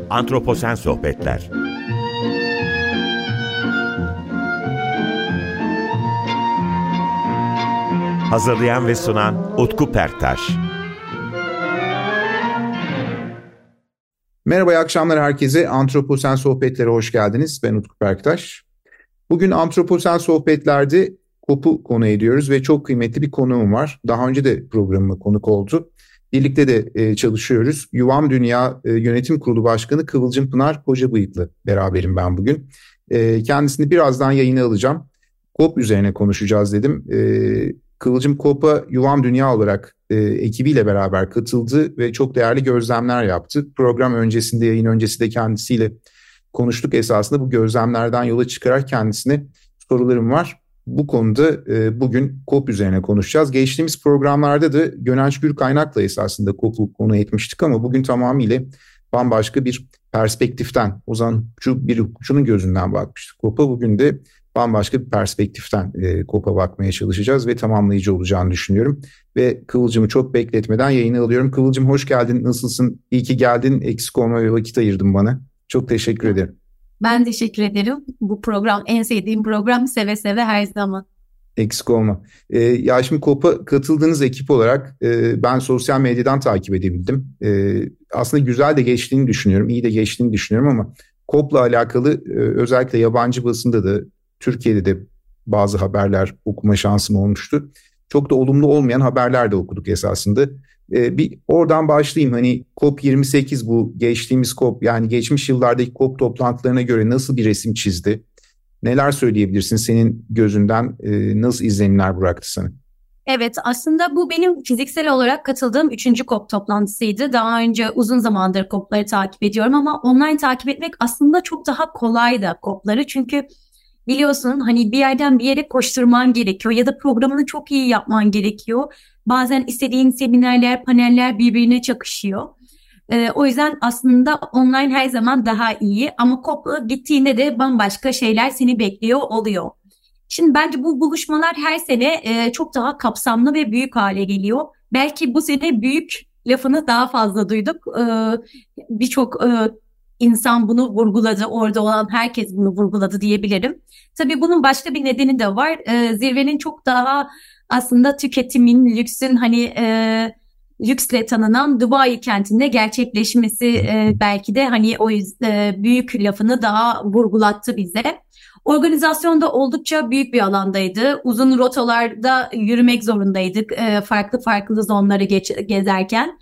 Antroposen Sohbetler. Hazırlayan ve sunan Utku Perktaş. Merhaba, iyi akşamlar herkese. Antroposen Sohbetlere hoş geldiniz. Ben Utku Perktaş. Bugün Antroposen Sohbetler'de KOP'u konu ediyoruz ve çok kıymetli bir konuğum var. Daha önce de programıma konuk oldu. Birlikte de çalışıyoruz. Yuvam Dünya Yönetim Kurulu Başkanı Kıvılcım Pınar Kocabıyık'la beraberim ben bugün. Kendisini birazdan yayına alacağım. KOP üzerine konuşacağız dedim. Kıvılcım KOP'a Yuvam Dünya olarak ekibiyle beraber katıldı ve çok değerli gözlemler yaptı. Program öncesinde, yayın öncesi de kendisiyle konuştuk. Esasında bu gözlemlerden yola çıkarak kendisine sorularım var. Bu konuda bugün KOP üzerine konuşacağız. Geçtiğimiz programlarda da Gönenç Gürkaynak'la esasında KOP'u konu etmiştik ama bugün tamamıyla bambaşka bir perspektiften, o zaman bir hukukçunun gözünden bakmıştık KOP'a. Bugün de bambaşka bir perspektiften KOP'a bakmaya çalışacağız ve tamamlayıcı olacağını düşünüyorum. Ve Kıvılcım'ı çok bekletmeden yayını alıyorum. Kıvılcım hoş geldin, nasılsın? İyi ki geldin, eksik olma ve vakit ayırdın bana. Çok teşekkür ederim. Ben teşekkür ederim. Bu program en sevdiğim program, seve seve her zaman. Eksik olma. Ya şimdi KOP'a katıldığınız ekip olarak ben sosyal medyadan takip edebildim. Aslında güzel de geçtiğini düşünüyorum, iyi de geçtiğini düşünüyorum ama KOP'la alakalı özellikle yabancı basında da Türkiye'de de bazı haberler okuma şansım olmuştu. Çok da olumlu olmayan haberler de okuduk esasında. Bir oradan başlayayım. Hani COP28 bu geçtiğimiz COP, yani geçmiş yıllardaki COP toplantılarına göre nasıl bir resim çizdi? Neler söyleyebilirsin senin gözünden, nasıl izlenimler bıraktı sana? Evet, aslında bu benim fiziksel olarak katıldığım 3. COP toplantısıydı. Daha önce uzun zamandır COP'ları takip ediyorum ama online takip etmek aslında çok daha kolaydı COP'ları. Çünkü biliyorsun hani bir yerden bir yere koşturman gerekiyor ya da programını çok iyi yapman gerekiyor. Bazen istediğin seminerler, paneller birbirine çakışıyor. O yüzden aslında online her zaman daha iyi ama COP'a gittiğinde de bambaşka şeyler seni bekliyor oluyor. Şimdi bence bu buluşmalar her sene çok daha kapsamlı ve büyük hale geliyor. Belki bu sene büyük lafını daha fazla duyduk. Birçok insan bunu vurguladı, orada olan herkes bunu vurguladı diyebilirim. Tabii bunun başka bir nedeni de var. Zirvenin çok daha aslında tüketimin, lüksün lüksle tanınan Dubai kentinde gerçekleşmesi belki de hani o büyük lafını daha vurgulattı bize. Organizasyon da oldukça büyük bir alandaydı. Uzun rotalarda yürümek zorundaydık farklı zonları gezerken.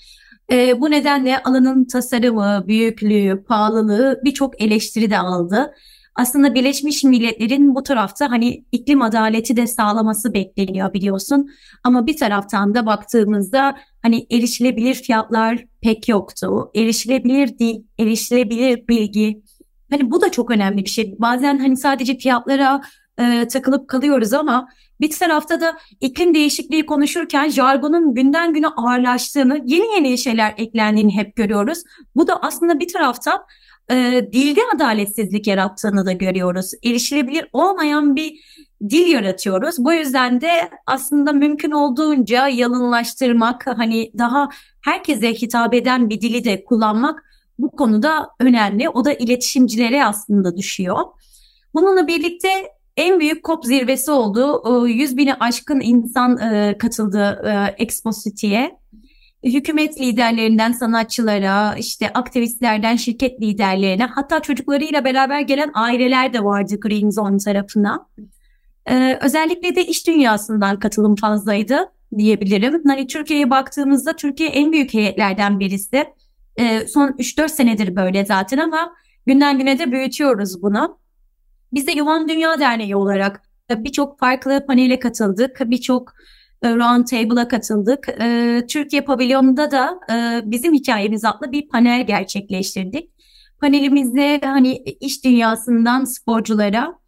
Bu nedenle alanın tasarımı, büyüklüğü, pahalılığı birçok eleştiri de aldı. Aslında Birleşmiş Milletler'in bu tarafta hani iklim adaleti de sağlaması bekleniyor biliyorsun. Ama bir taraftan da baktığımızda hani erişilebilir fiyatlar pek yoktu. Erişilebilir dil, erişilebilir bilgi. Hani bu da çok önemli bir şey. Bazen hani sadece fiyatlara takılıp kalıyoruz ama bir tarafta da iklim değişikliği konuşurken jargonun günden güne ağırlaştığını, yeni şeyler eklendiğini hep görüyoruz. Bu da aslında bir taraftan dilde adaletsizlik yarattığını da görüyoruz. Erişilebilir olmayan bir dil yaratıyoruz. Bu yüzden de aslında mümkün olduğunca yalınlaştırmak, hani daha herkese hitap eden bir dili de kullanmak bu konuda önemli. O da iletişimcilere aslında düşüyor. Bununla birlikte en büyük COP zirvesi oldu. 100.000'e aşkın insan katıldı Expo City'ye. Hükümet liderlerinden sanatçılara, işte aktivistlerden şirket liderlerine, hatta çocuklarıyla beraber gelen aileler de vardı Green Zone tarafına. Özellikle de iş dünyasından katılım fazlaydı diyebilirim. Hani Türkiye'ye baktığımızda Türkiye en büyük heyetlerden birisi. Son 3-4 senedir böyle zaten ama günden güne de büyütüyoruz bunu. Biz de Yuvam Dünya Derneği olarak birçok farklı panele katıldık, birçok round table'a katıldık. Türkiye pavilyonunda da bizim hikayemiz adlı bir panel gerçekleştirdik. Panelimizde hani iş dünyasından sporculara,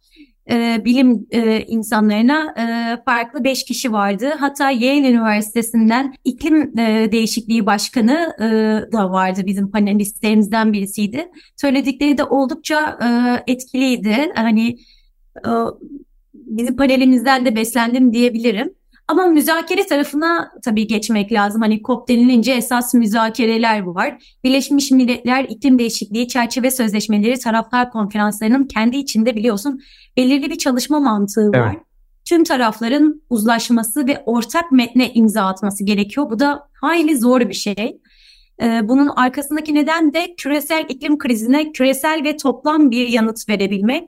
bilim insanlarına farklı 5 kişi vardı. Hatta Yale Üniversitesi'nden iklim değişikliği başkanı da vardı, bizim panelistlerimizden birisiydi. Söyledikleri de oldukça etkiliydi. Hani bizim panelimizden de beslendim diyebilirim. Ama müzakere tarafına tabii geçmek lazım. Hani COP denilince esas müzakereler bu var. Birleşmiş Milletler İklim Değişikliği Çerçeve Sözleşmeleri Taraflar Konferanslarının kendi içinde biliyorsun belirli bir çalışma mantığı var. Evet. Tüm tarafların uzlaşması ve ortak metne imza atması gerekiyor. Bu da hayli zor bir şey. Bunun arkasındaki neden de küresel iklim krizine küresel ve toplam bir yanıt verebilmek.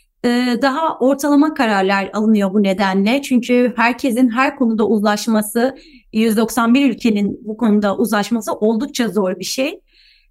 Daha ortalama kararlar alınıyor bu nedenle. Çünkü herkesin her konuda uzlaşması, 191 ülkenin bu konuda uzlaşması oldukça zor bir şey.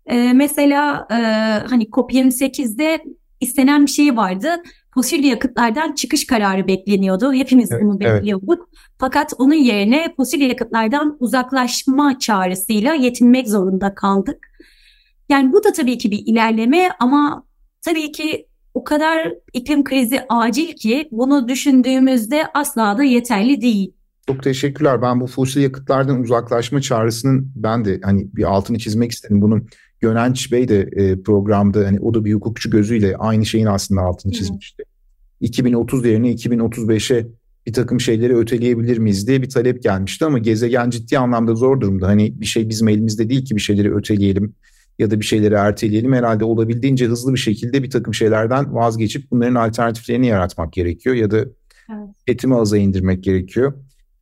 Mesela hani COP28'de istenen bir şey vardı. Fosil yakıtlardan çıkış kararı bekleniyordu. Hepimiz bunu bekliyorduk. Evet. Fakat onun yerine fosil yakıtlardan uzaklaşma çağrısıyla yetinmek zorunda kaldık. Yani bu da tabii ki bir ilerleme ama tabii ki o kadar iklim krizi acil ki bunu düşündüğümüzde asla da yeterli değil. Çok teşekkürler. Ben bu fosil yakıtlardan uzaklaşma çağrısının ben de hani bir altını çizmek istedim. Bunun Gönenç Bey de programda hani o da bir hukukçu gözüyle aynı şeyin aslında altını çizmişti. 2030 yerine 2035'e bir takım şeyleri öteleyebilir miyiz diye bir talep gelmişti ama gezegen ciddi anlamda zor durumda. Hani bir şey bizim elimizde değil ki bir şeyleri öteleyelim ya da bir şeyleri erteleyelim. Herhalde olabildiğince hızlı bir şekilde bir takım şeylerden vazgeçip bunların alternatiflerini yaratmak gerekiyor ya da tüketimi aza indirmek gerekiyor.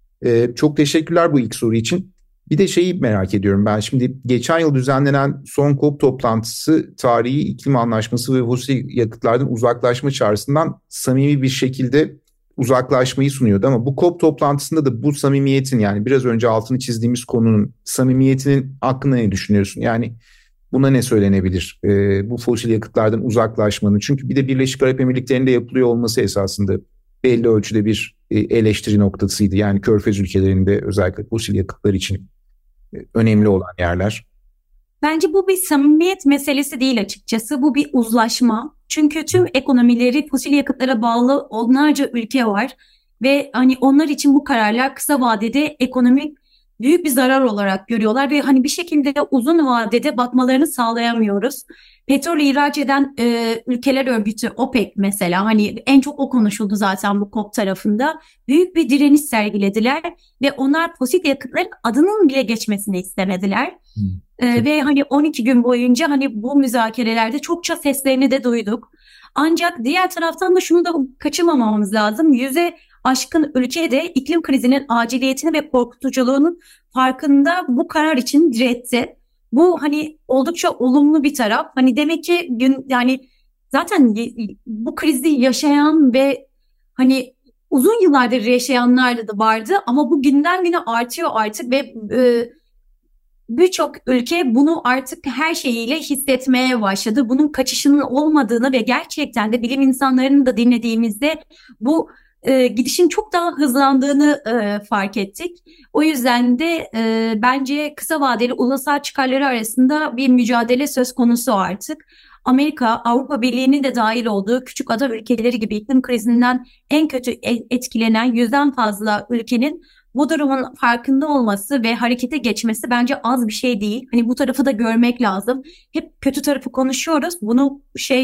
Çok teşekkürler bu ilk soru için. Bir de şeyi merak ediyorum ben şimdi geçen yıl düzenlenen son COP toplantısı tarihi iklim anlaşması ve fosil yakıtlardan uzaklaşma çağrısından samimi bir şekilde uzaklaşmayı sunuyordu ama bu COP toplantısında da bu samimiyetin yani biraz önce altını çizdiğimiz konunun samimiyetinin hakkında ne düşünüyorsun? Yani buna ne söylenebilir bu fosil yakıtlardan uzaklaşmanın? Çünkü bir de Birleşik Arap Emirlikleri'nde yapılıyor olması esasında belli ölçüde bir eleştiri noktasıydı. Yani Körfez ülkelerinde özellikle fosil yakıtlar için önemli olan yerler. Bence bu bir samimiyet meselesi değil açıkçası. Bu bir uzlaşma. Çünkü tüm ekonomileri fosil yakıtlara bağlı onlarca ülke var. Ve hani onlar için bu kararlar kısa vadede ekonomik büyük bir zarar olarak görüyorlar. Ve hani bir şekilde uzun vadede bakmalarını sağlayamıyoruz. Petrol ihraç eden ülkeler örgütü OPEC mesela hani en çok o konuşuldu zaten bu COP tarafında. Büyük bir direniş sergilediler ve onlar fosil yakıtların adının bile geçmesini istemediler. Ve hani 12 gün boyunca hani bu müzakerelerde çokça seslerini de duyduk. Ancak diğer taraftan da şunu da kaçırmamamız lazım. 100'e aşkın ülke de iklim krizinin aciliyetini ve korkutuculuğunun farkında bu karar için diretti. Bu hani oldukça olumlu bir taraf. Hani demek ki yani zaten bu krizi yaşayan ve hani uzun yıllardır yaşayanlar da vardı ama bu günden güne artıyor artık ve birçok ülke bunu artık her şeyiyle hissetmeye başladı. Bunun kaçışının olmadığını ve gerçekten de bilim insanlarını da dinlediğimizde bu gidişin çok daha hızlandığını fark ettik. O yüzden de bence kısa vadeli ulusal çıkarları arasında bir mücadele söz konusu artık. Amerika, Avrupa Birliği'nin de dahil olduğu küçük ada ülkeleri gibi iklim krizinden en kötü etkilenen 100'den fazla ülkenin bu durumun farkında olması ve harekete geçmesi bence az bir şey değil. Hani bu tarafı da görmek lazım. Hep kötü tarafı konuşuyoruz. Bunu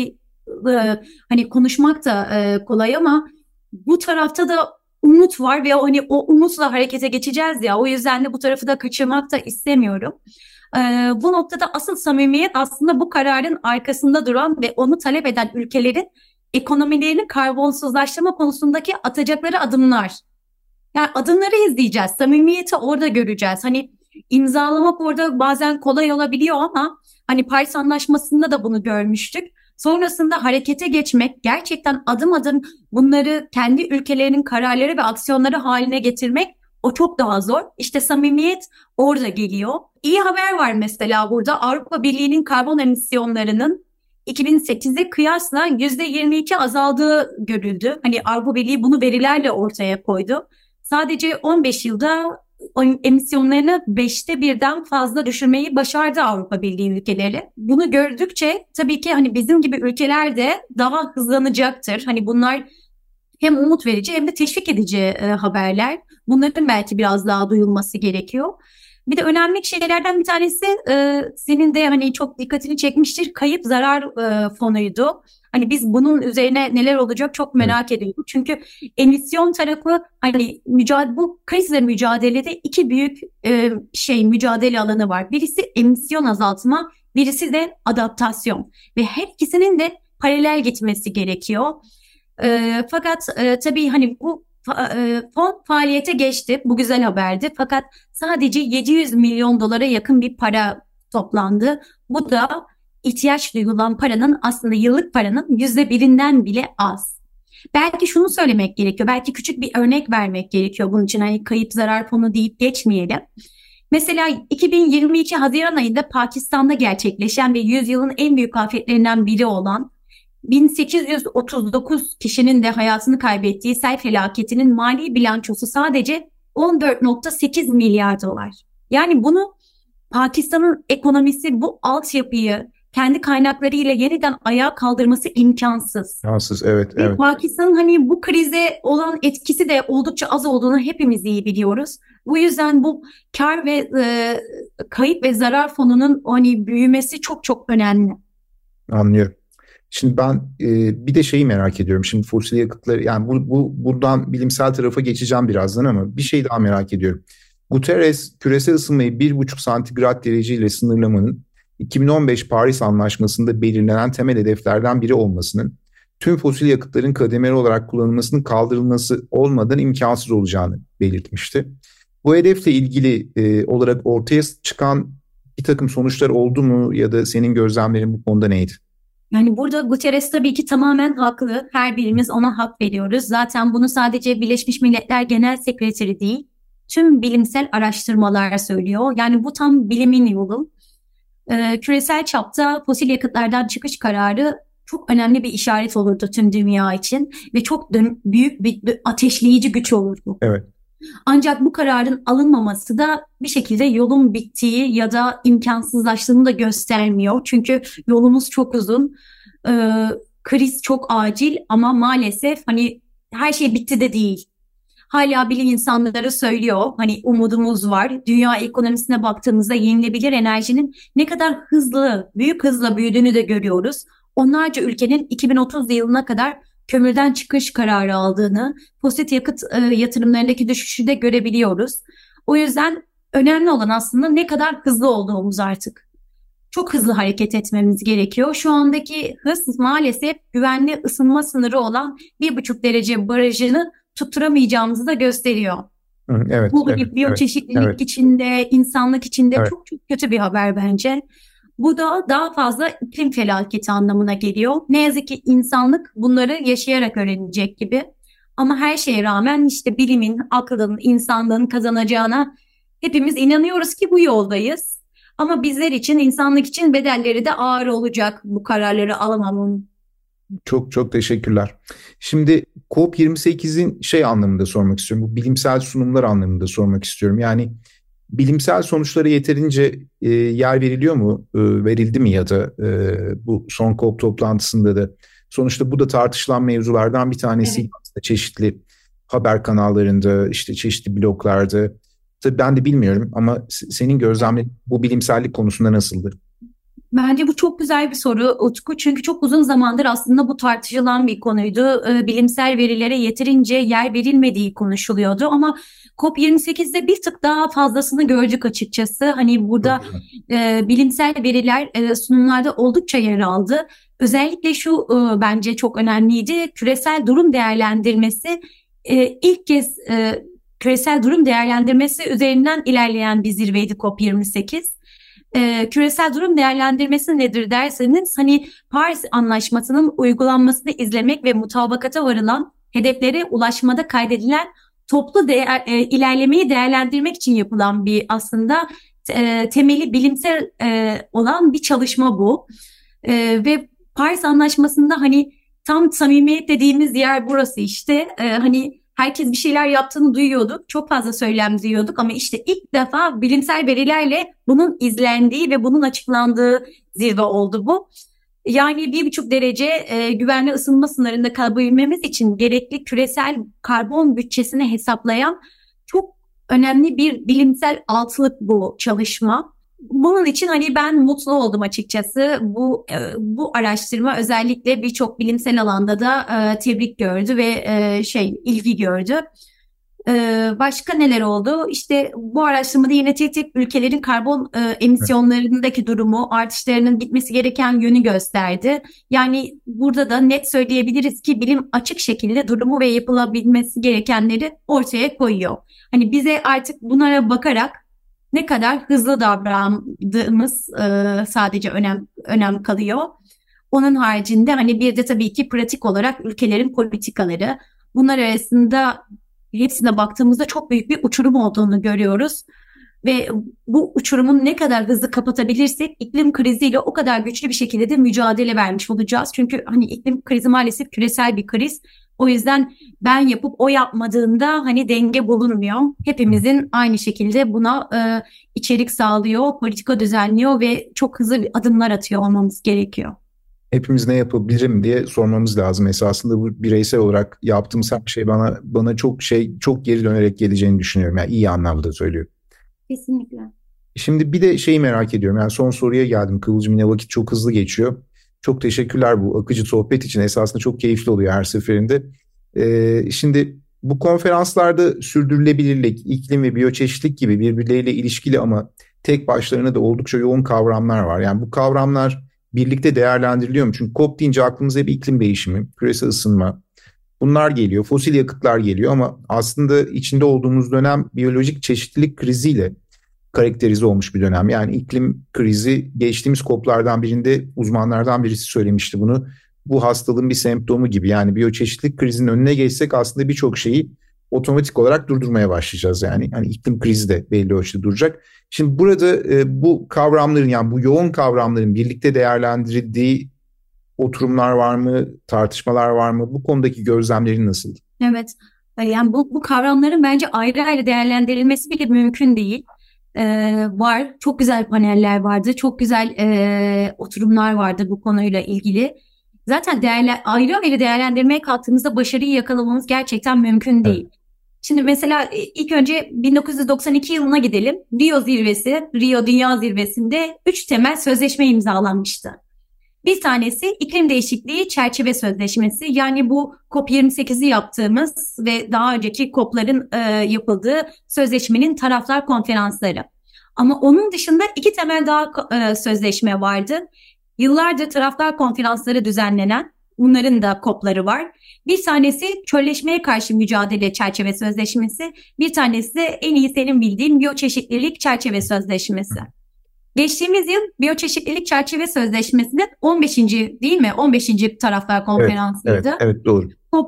hani konuşmak da kolay ama bu tarafta da umut var ve hani o umutla harekete geçeceğiz ya. O yüzden de bu tarafı da kaçırmak da istemiyorum. Bu noktada asıl samimiyet aslında bu kararın arkasında duran ve onu talep eden ülkelerin ekonomilerini karbonsuzlaştırma konusundaki atacakları adımlar. Yani adımları izleyeceğiz. Samimiyeti orada göreceğiz. Hani imzalamak orada bazen kolay olabiliyor ama hani Paris Anlaşması'nda da bunu görmüştük. Sonrasında harekete geçmek, gerçekten adım adım bunları kendi ülkelerinin kararları ve aksiyonları haline getirmek o çok daha zor. İşte samimiyet orada geliyor. İyi haber var mesela burada. Avrupa Birliği'nin karbon emisyonlarının 2008'e kıyasla %22 azaldığı görüldü. Hani Avrupa Birliği bunu verilerle ortaya koydu. Sadece 15 yılda emisyonlarını 5'te 1'den fazla düşürmeyi başardı Avrupa Birliği ülkeleri. Bunu gördükçe tabii ki hani bizim gibi ülkeler de daha hızlanacaktır. Hani bunlar hem umut verici hem de teşvik edici haberler. Bunların belki biraz daha duyulması gerekiyor. Bir de önemli şeylerden bir tanesi senin de hani çok dikkatini çekmiştir. Kayıp zarar fonuydu. Hani biz bunun üzerine neler olacak çok merak ediyorum. Çünkü emisyon tarafı hani bu krizle mücadelede iki büyük mücadele alanı var. Birisi emisyon azaltma, birisi de adaptasyon ve her ikisinin de paralel gitmesi gerekiyor. Fakat tabii hani bu fon faaliyete geçti. Bu güzel haberdi. Fakat sadece 700 milyon dolara yakın bir para toplandı. Bu da ihtiyaç duyulan paranın aslında yıllık paranın %1'inden bile az. Belki şunu söylemek gerekiyor. Belki küçük bir örnek vermek gerekiyor bunun için. Hani kayıp zarar fonu deyip geçmeyelim. Mesela 2022 Haziran ayında Pakistan'da gerçekleşen ve yüzyılın en büyük afetlerinden biri olan 1839 kişinin de hayatını kaybettiği sel felaketinin mali bilançosu sadece 14,8 milyar dolar. Yani bunu Pakistan'ın ekonomisi bu altyapıyı kendi kaynaklarıyla yeniden ayağa kaldırması imkansız. İmkansız, evet. Pakistan'ın hani bu krize olan etkisi de oldukça az olduğunu hepimiz iyi biliyoruz. Bu yüzden bu kar ve kayıp ve zarar fonunun hani büyümesi çok çok önemli. Anlıyorum. Şimdi ben bir de şeyi merak ediyorum. Şimdi fosil yakıtları, yani buradan bilimsel tarafa geçeceğim birazdan ama bir şey daha merak ediyorum. Guterres küresel ısınmayı 1,5 santigrat dereceyle sınırlamanın 2015 Paris Anlaşması'nda belirlenen temel hedeflerden biri olmasının tüm fosil yakıtların kademeli olarak kullanılmasının kaldırılması olmadan imkansız olacağını belirtmişti. Bu hedefle ilgili olarak ortaya çıkan bir takım sonuçlar oldu mu ya da senin gözlemlerin bu konuda neydi? Yani burada Guterres tabii ki tamamen haklı. Her birimiz ona hak veriyoruz. Zaten bunu sadece Birleşmiş Milletler Genel Sekreteri değil, tüm bilimsel araştırmalar söylüyor. Yani bu tam bilimin yolu. Küresel çapta fosil yakıtlardan çıkış kararı çok önemli bir işaret olurdu tüm dünya için ve çok büyük bir ateşleyici güç olurdu. Evet. Ancak bu kararın alınmaması da bir şekilde yolun bittiği ya da imkansızlaştığını da göstermiyor. Çünkü yolumuz çok uzun, kriz çok acil ama maalesef hani her şey bitti de değil. Hala bilim insanları söylüyor, hani umudumuz var. Dünya ekonomisine baktığımızda yenilebilir enerjinin ne kadar büyük hızla büyüdüğünü de görüyoruz. Onlarca ülkenin 2030 yılına kadar kömürden çıkış kararı aldığını, fosil yakıt yatırımlarındaki düşüşü de görebiliyoruz. O yüzden önemli olan aslında ne kadar hızlı olduğumuz artık. Çok hızlı hareket etmemiz gerekiyor. Şu andaki hız maalesef güvenli ısınma sınırı olan 1,5 derece barajını tutturamayacağımızı da gösteriyor. Evet, bu biyoçeşitlilik içinde, insanlık içinde çok çok kötü bir haber bence. Bu da daha fazla iklim felaketi anlamına geliyor. Ne yazık ki insanlık bunları yaşayarak öğrenecek gibi. Ama her şeye rağmen işte bilimin, aklın, insanlığın kazanacağına hepimiz inanıyoruz ki bu yoldayız. Ama bizler için, insanlık için bedelleri de ağır olacak bu kararları alamamın. Çok çok teşekkürler. Şimdi COP28'in anlamında sormak istiyorum. Bu bilimsel sunumlar anlamında sormak istiyorum. Yani bilimsel sonuçlara yeterince yer veriliyor mu? Verildi mi ya da bu son COP toplantısında da? Sonuçta bu da tartışılan mevzulardan bir tanesi. Evet. Çeşitli haber kanallarında, işte çeşitli bloglarda. Tabii ben de bilmiyorum ama senin gözlemlerin bu bilimsellik konusunda nasıldı? Bence bu çok güzel bir soru Utku. Çünkü çok uzun zamandır aslında bu tartışılan bir konuydu. Bilimsel verilere yeterince yer verilmediği konuşuluyordu ama COP28'de bir tık daha fazlasını gördük açıkçası. Hani burada bilimsel veriler sunumlarda oldukça yer aldı. Özellikle şu bence çok önemliydi. Küresel durum değerlendirmesi ilk kez küresel durum değerlendirmesi üzerinden ilerleyen bir zirveydi COP28. Küresel durum değerlendirmesi nedir derseniz hani Paris Anlaşması'nın uygulanmasını izlemek ve mutabakata varılan hedeflere ulaşmada kaydedilen toplu ilerlemeyi değerlendirmek için yapılan bir aslında temeli bilimsel olan bir çalışma bu. Ve Paris Anlaşması'nda hani tam samimiyet dediğimiz yer burası işte. Hani herkes bir şeyler yaptığını duyuyorduk. Çok fazla söylem duyuyorduk ama işte ilk defa bilimsel verilerle bunun izlendiği ve bunun açıklandığı zirve oldu bu. Yani 1,5 derece güvenli ısınma sınırında kalabilmemiz için gerekli küresel karbon bütçesini hesaplayan çok önemli bir bilimsel altlık bu çalışma. Bunun için hani ben mutlu oldum açıkçası. Bu araştırma özellikle birçok bilimsel alanda da tebrik gördü ve ilgi gördü. Başka neler oldu? İşte bu araştırmada yine tek tek ülkelerin karbon emisyonlarındaki durumu, artışlarının gitmesi gereken yönü gösterdi. Yani burada da net söyleyebiliriz ki bilim açık şekilde durumu ve yapılabilmesi gerekenleri ortaya koyuyor. Hani bize artık bunlara bakarak ne kadar hızlı davrandığımız sadece önem kalıyor. Onun haricinde hani bir de tabii ki pratik olarak ülkelerin politikaları. Bunlar arasında hepsine baktığımızda çok büyük bir uçurum olduğunu görüyoruz. Ve bu uçurumun ne kadar hızlı kapatabilirsek iklim kriziyle o kadar güçlü bir şekilde de mücadele vermiş olacağız. Çünkü hani iklim krizi maalesef küresel bir kriz. O yüzden ben yapıp o yapmadığında hani denge bulunmuyor. Hepimizin aynı şekilde buna içerik sağlıyor, politika düzenliyor ve çok hızlı adımlar atıyor olmamız gerekiyor. Hepimiz ne yapabilirim diye sormamız lazım. Esasında bu bireysel olarak yaptığımız her şey bana çok geri dönerek geleceğini düşünüyorum. Yani iyi anlamda söylüyorum. Kesinlikle. Şimdi bir de şeyi merak ediyorum. Yani son soruya geldim Kıvılcım, yine vakit çok hızlı geçiyor. Çok teşekkürler bu akıcı sohbet için. Esasında çok keyifli oluyor her seferinde. Şimdi bu konferanslarda sürdürülebilirlik, iklim ve biyoçeşitlik gibi birbirleriyle ilişkili ama tek başlarına da oldukça yoğun kavramlar var. Yani bu kavramlar birlikte değerlendiriliyor mu? Çünkü COP deyince aklımıza hep iklim değişimi, küresel ısınma, bunlar geliyor. Fosil yakıtlar geliyor ama aslında içinde olduğumuz dönem biyolojik çeşitlilik kriziyle karakterize olmuş bir dönem. Yani iklim krizi, geçtiğimiz COP'lardan birinde uzmanlardan birisi söylemişti bunu. Bu hastalığın bir semptomu gibi. Yani biyoçeşitlilik krizinin önüne geçsek aslında birçok şeyi otomatik olarak durdurmaya başlayacağız yani. Hani iklim krizi de belli ölçüde duracak. Şimdi burada bu kavramların, yani bu yoğun kavramların birlikte değerlendirildiği oturumlar var mı, tartışmalar var mı? Bu konudaki gözlemlerin nasıl? Evet, yani bu kavramların bence ayrı ayrı değerlendirilmesi bile mümkün değil. Var, çok güzel paneller vardı, çok güzel oturumlar vardı bu konuyla ilgili. Zaten ayrı ayrı değerlendirmeye kalktığımızda başarıyı yakalamamız gerçekten mümkün değil. Evet. Şimdi mesela ilk önce 1992 yılına gidelim. Rio Dünya Zirvesi'nde 3 temel sözleşme imzalanmıştı. Bir tanesi iklim değişikliği çerçeve sözleşmesi. Yani bu COP28'i yaptığımız ve daha önceki COP'ların yapıldığı sözleşmenin taraflar konferansları. Ama onun dışında 2 temel daha sözleşme vardı. Yıllardır taraflar konferansları düzenlenen, bunların da COP'ları var. Bir tanesi çölleşmeye karşı mücadele çerçeve sözleşmesi, bir tanesi de en iyi senin bildiğin biyoçeşitlilik çerçeve sözleşmesi. Geçtiğimiz yıl biyoçeşitlilik çerçeve sözleşmesinin 15. değil mi? 15. taraflar konferansıydı. Evet doğru.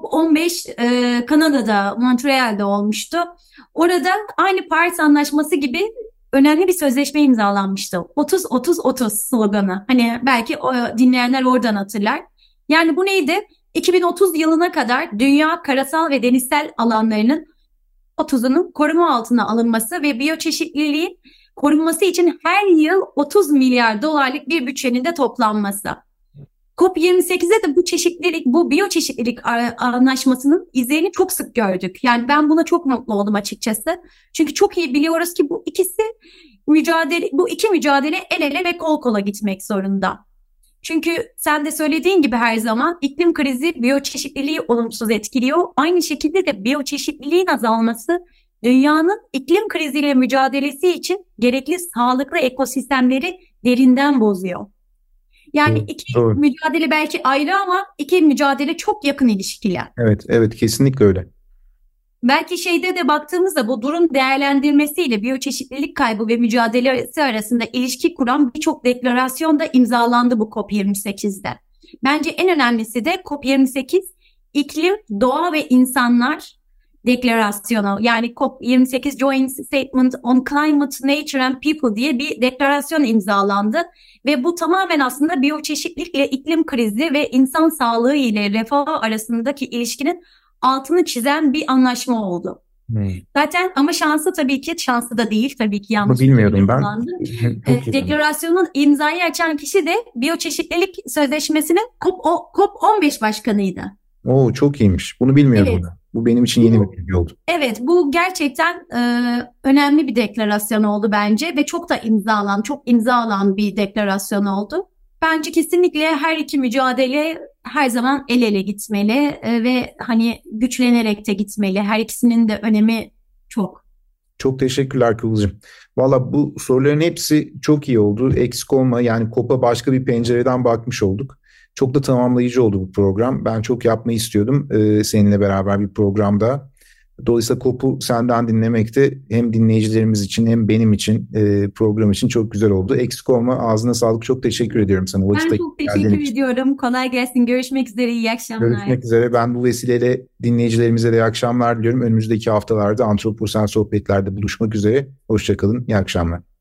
COP15 Kanada'da, Montreal'de olmuştu. Orada aynı Paris Anlaşması gibi önemli bir sözleşme imzalanmıştı. 30-30-30 sloganı. Hani belki dinleyenler oradan hatırlar. Yani bu neydi? 2030 yılına kadar dünya karasal ve denizsel alanlarının 30'unun koruma altına alınması ve biyoçeşitliliğin korunması için her yıl 30 milyar dolarlık bir bütçenin de toplanması. COP28'de de bu biyoçeşitlilik anlaşmasının izlerini çok sık gördük. Yani ben buna çok mutlu oldum açıkçası. Çünkü çok iyi biliyoruz ki bu iki mücadele el ele ve kol kola gitmek zorunda. Çünkü sen de söylediğin gibi her zaman iklim krizi biyoçeşitliliği olumsuz etkiliyor. Aynı şekilde de biyoçeşitliliğin azalması dünyanın iklim kriziyle mücadelesi için gerekli sağlıklı ekosistemleri derinden bozuyor. Yani iki mücadele belki ayrı ama iki mücadele çok yakın ilişkili. Evet kesinlikle öyle. Belki şeyde de baktığımızda bu durum değerlendirmesiyle biyoçeşitlilik kaybı ve mücadelesi arasında ilişki kuran birçok deklarasyon da imzalandı bu COP28'de. Bence en önemlisi de COP28 iklim, doğa ve insanlar deklarasyonu, yani COP28 Joint Statement on Climate, Nature and People diye bir deklarasyon imzalandı ve bu tamamen aslında biyoçeşitlilikle iklim krizi ve insan sağlığı ile refah arasındaki ilişkinin altını çizen bir anlaşma oldu. Zaten ama şansı da değil tabii ki yanlış. Bilmiyordum ben. Deklarasyonun imzayı açan kişi de biyoçeşitlilik sözleşmesinin COP15 başkanıydı. Oo, çok iyiymiş. Bunu bilmiyordum. Evet. Ben. Bu benim için yeni bir bilgi oldu. Evet, bu gerçekten önemli bir deklarasyon oldu bence ve çok imza alan bir deklarasyon oldu. Bence kesinlikle her iki mücadele her zaman el ele gitmeli ve hani güçlenerek de gitmeli. Her ikisinin de önemi çok. Çok teşekkürler Kıvılcım. Valla bu soruların hepsi çok iyi oldu. Eksik olma, yani COP'a başka bir pencereden bakmış olduk. Çok da tamamlayıcı oldu bu program. Ben çok yapmayı istiyordum seninle beraber bir programda. Dolayısıyla COP'u senden dinlemek de hem dinleyicilerimiz için hem benim için program için çok güzel oldu. Eksik olma, ağzına sağlık. Çok teşekkür ediyorum sana. Ben çok teşekkür ediyorum. Kolay gelsin. Görüşmek üzere. İyi akşamlar. Görüşmek üzere. Ben bu vesileyle dinleyicilerimize de iyi akşamlar diliyorum. Önümüzdeki haftalarda Antroposen Sohbetler'de buluşmak üzere. Hoşça kalın. İyi akşamlar.